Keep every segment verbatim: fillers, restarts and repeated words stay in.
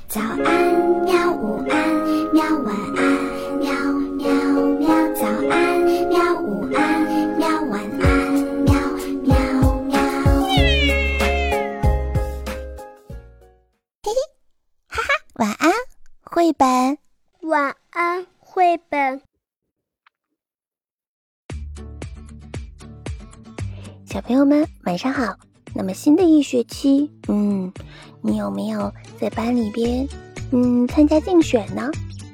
早安喵，午安喵，晚安喵喵喵，早安喵，午安喵，晚安喵喵喵。 嘿嘿，哈哈，晚安绘本， 晚安绘本。 小朋友们晚上好。那么新的一学期，嗯，你有没有在班里边嗯参加竞选呢？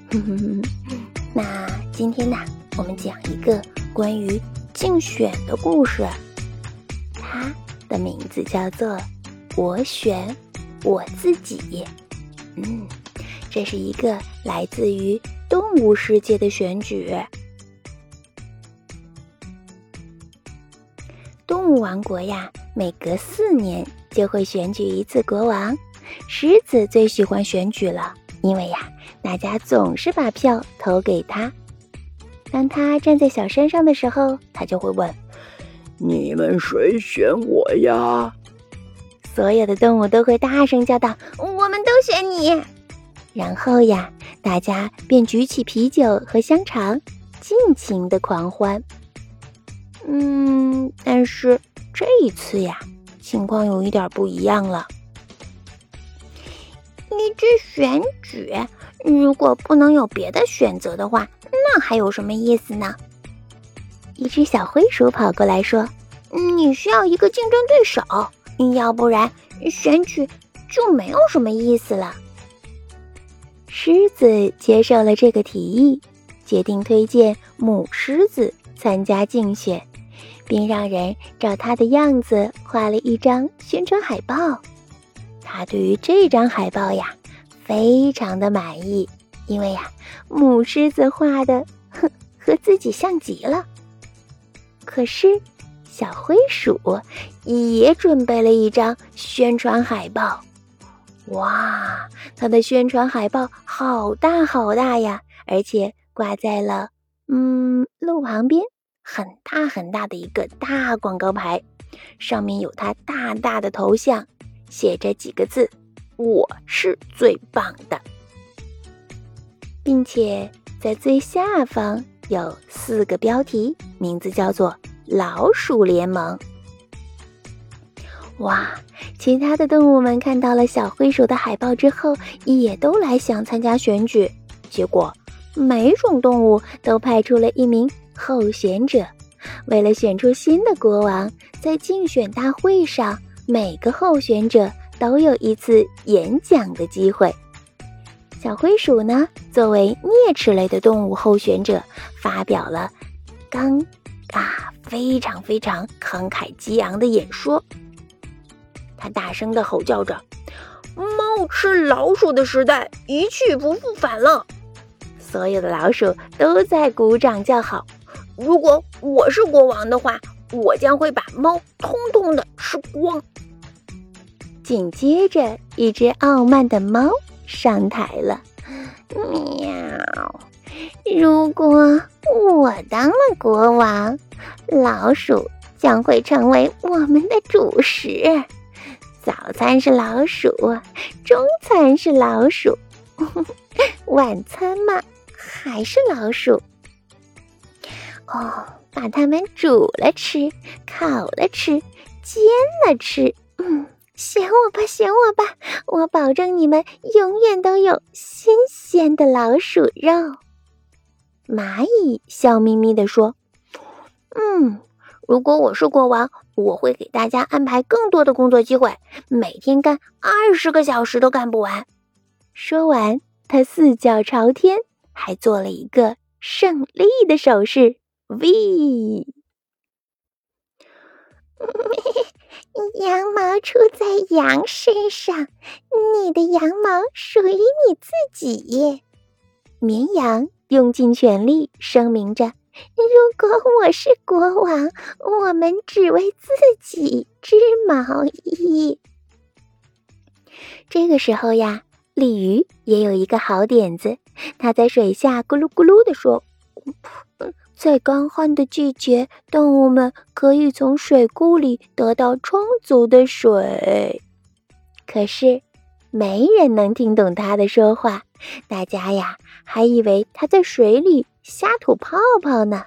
那今天呢，我们讲一个关于竞选的故事，它的名字叫做我选我自己。嗯，这是一个来自于动物世界的选举。动物王国呀，每隔四年就会选举一次国王。狮子最喜欢选举了，因为呀，大家总是把票投给他。当他站在小山上的时候，他就会问： 你们谁选我呀？ 所有的动物都会大声叫道：我们都选你！然后呀，大家便举起啤酒和香肠，尽情地狂欢。嗯，但是这一次呀，情况有一点不一样了。一只选举，如果不能有别的选择的话，那还有什么意思呢？一只小灰鼠跑过来说：你需要一个竞争对手，要不然选举就没有什么意思了。狮子接受了这个提议，决定推荐母狮子参加竞选，并让人照他的样子画了一张宣传海报。他对于这张海报呀，非常的满意，因为呀，母狮子画的哼和自己像极了。可是，小灰鼠也准备了一张宣传海报。哇，他的宣传海报好大好大呀，而且挂在了嗯路旁边。很大很大的一个大广告牌，上面有他大大的头像，写着几个字：我是最棒的。并且在最下方有四个标题，名字叫做老鼠联盟。哇，其他的动物们看到了小灰鼠的海报之后，也都来想参加选举。结果每种动物都派出了一名候选者，为了选出新的国王，在竞选大会上，每个候选者都有一次演讲的机会。小灰鼠呢，作为啮齿类的动物候选者，发表了刚啊非常非常慷慨激昂的演说。他大声地吼叫着：猫吃老鼠的时代一去不复返了！所有的老鼠都在鼓掌叫好。如果我是国王的话，我将会把猫通通的吃光。紧接着，一只傲慢的猫上台了。喵！如果我当了国王，老鼠将会成为我们的主食。早餐是老鼠，中餐是老鼠，晚餐嘛，还是老鼠。哦，把它们煮了吃，烤了吃，煎了吃，嗯，选我吧，选我吧，我保证你们永远都有新鲜的老鼠肉。蚂蚁笑眯眯地说：嗯，如果我是国王，我会给大家安排更多的工作机会，每天干二十个小时都干不完。说完，他四脚朝天，还做了一个胜利的手势。V， 羊毛出在羊身上，你的羊毛属于你自己。绵羊用尽全力声明着：如果我是国王，我们只为自己织毛衣。这个时候呀，鲤鱼也有一个好点子，它在水下咕噜咕噜地说：在干旱的季节，动物们可以从水库里得到充足的水。可是， 没人能听懂他的说话，大家呀还以为他在水里瞎吐泡泡呢。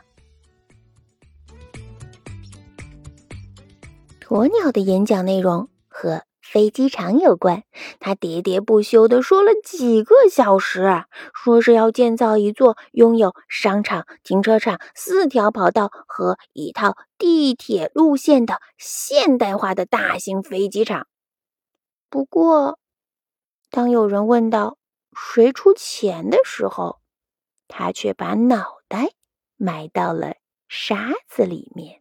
鸵鸟的演讲内容和飞机场有关，他喋喋不休地说了几个小时，说是要建造一座拥有商场、停车场、四条跑道和一套地铁路线的现代化的大型飞机场。不过，当有人问到谁出钱的时候，他却把脑袋埋到了沙子里面。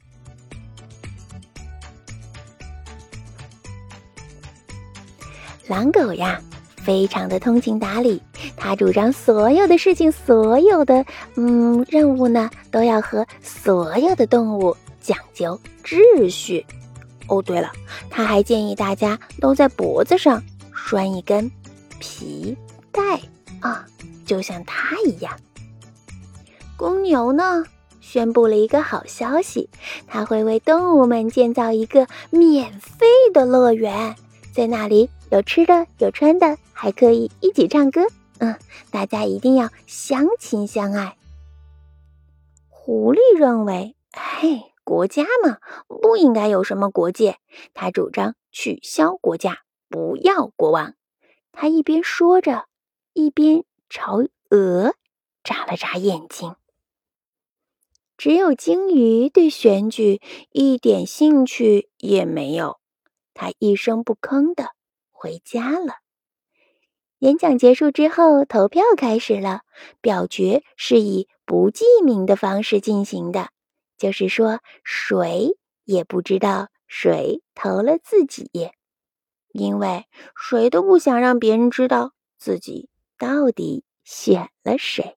狼狗呀，非常的通情达理，他主张所有的事情，所有的嗯任务呢，都要和所有的动物讲究秩序。哦，对了，他还建议大家都在脖子上拴一根皮带啊，就像他一样。公牛呢，宣布了一个好消息，他会为动物们建造一个免费的乐园，在那里有吃的，有穿的，还可以一起唱歌。嗯，大家一定要相亲相爱。狐狸认为，嘿，国家嘛，不应该有什么国界。他主张取消国家，不要国王。他一边说着，一边朝鹅眨了眨眼睛。只有鲸鱼对选举一点兴趣也没有，他一声不吭地回家了。演讲结束之后，投票开始了。表决是以不记名的方式进行的，就是说谁也不知道谁投了自己，因为谁都不想让别人知道自己到底选了谁。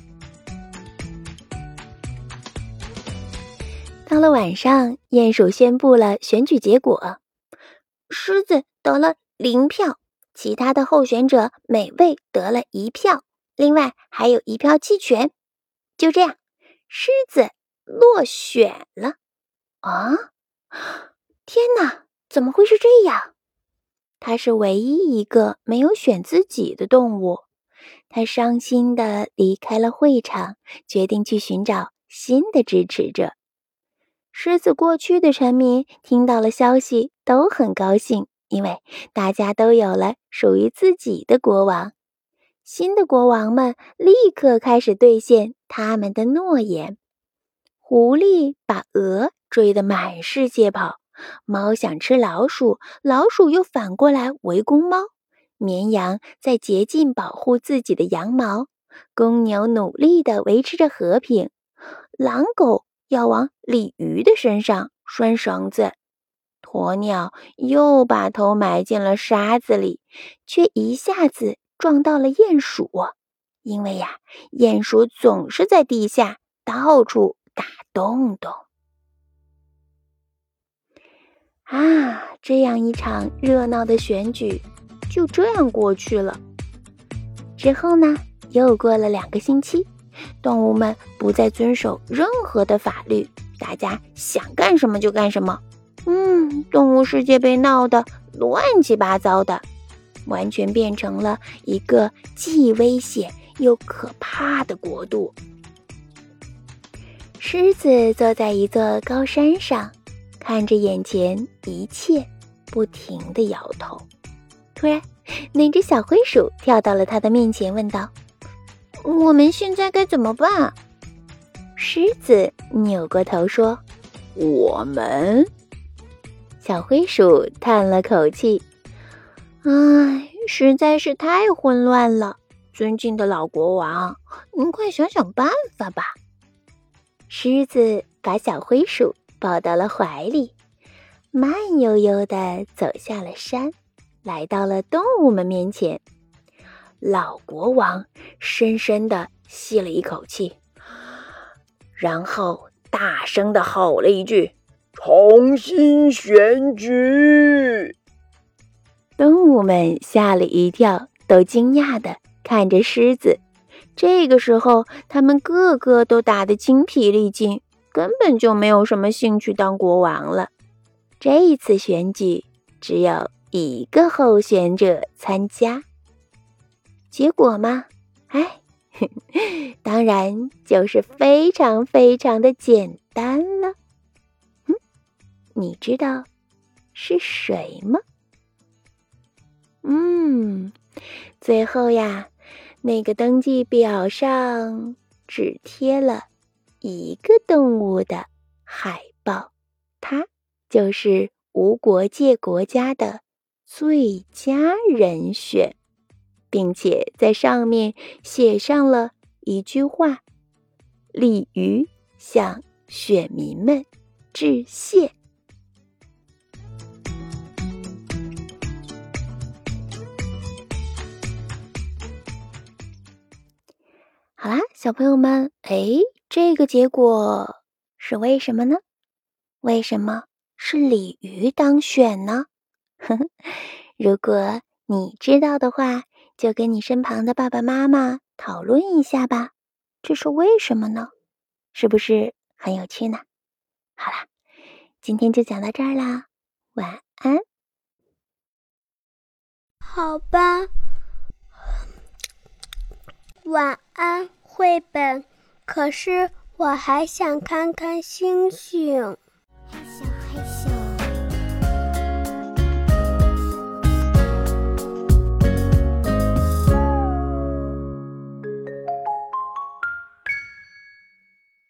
到了晚上，鼹鼠宣布了选举结果，狮子得了零票，其他的候选者每位得了一票，另外还有一票弃权。就这样，狮子落选了。啊！天哪，怎么会是这样？它是唯一一个没有选自己的动物。它伤心地离开了会场，决定去寻找新的支持者。狮子过去的臣民听到了消息，都很高兴，因为大家都有了属于自己的国王。新的国王们立刻开始兑现他们的诺言。狐狸把鹅追得满世界跑，猫想吃老鼠，老鼠又反过来围攻猫。绵羊在竭尽保护自己的羊毛，公牛努力地维持着和平，狼狗要往鲤鱼的身上拴绳子，鸵鸟又把头埋进了沙子里，却一下子撞到了鼹鼠，因为呀，鼹鼠总是在地下到处打洞洞。啊，这样一场热闹的选举就这样过去了。之后呢，又过了两个星期，动物们不再遵守任何的法律，大家想干什么就干什么。嗯，动物世界被闹得乱七八糟的，完全变成了一个既危险又可怕的国度。狮子坐在一座高山上，看着眼前一切，不停地摇头。突然，那只小灰鼠跳到了他的面前，问道：我们现在该怎么办？狮子扭过头说： 我们？ 小灰鼠叹了口气：唉，实在是太混乱了，尊敬的老国王，您快想想办法吧。狮子把小灰鼠抱到了怀里，慢悠悠地走下了山，来到了动物们面前。老国王深深地吸了一口气，然后大声地吼了一句： 重新选举！ 动物们吓了一跳，都惊讶地看着狮子。这个时候，他们个个都打得精疲力尽，根本就没有什么兴趣当国王了。这一次选举，只有一个候选者参加。结果嘛，哎，当然就是非常非常的简单了。嗯，你知道是谁吗？嗯，最后呀，那个登记表上只贴了一个动物的海报，它就是无国界国家的最佳人选，并且在上面写上了一句话：鲤鱼向选民们致谢。好啦，小朋友们，诶，这个结果是为什么呢？为什么是鲤鱼当选呢？如果你知道的话，就跟你身旁的爸爸妈妈讨论一下吧。这是为什么呢？是不是很有趣呢？好啦，今天就讲到这儿啦，晚安。 好吧，晚安，绘本。可是我还想看看星星。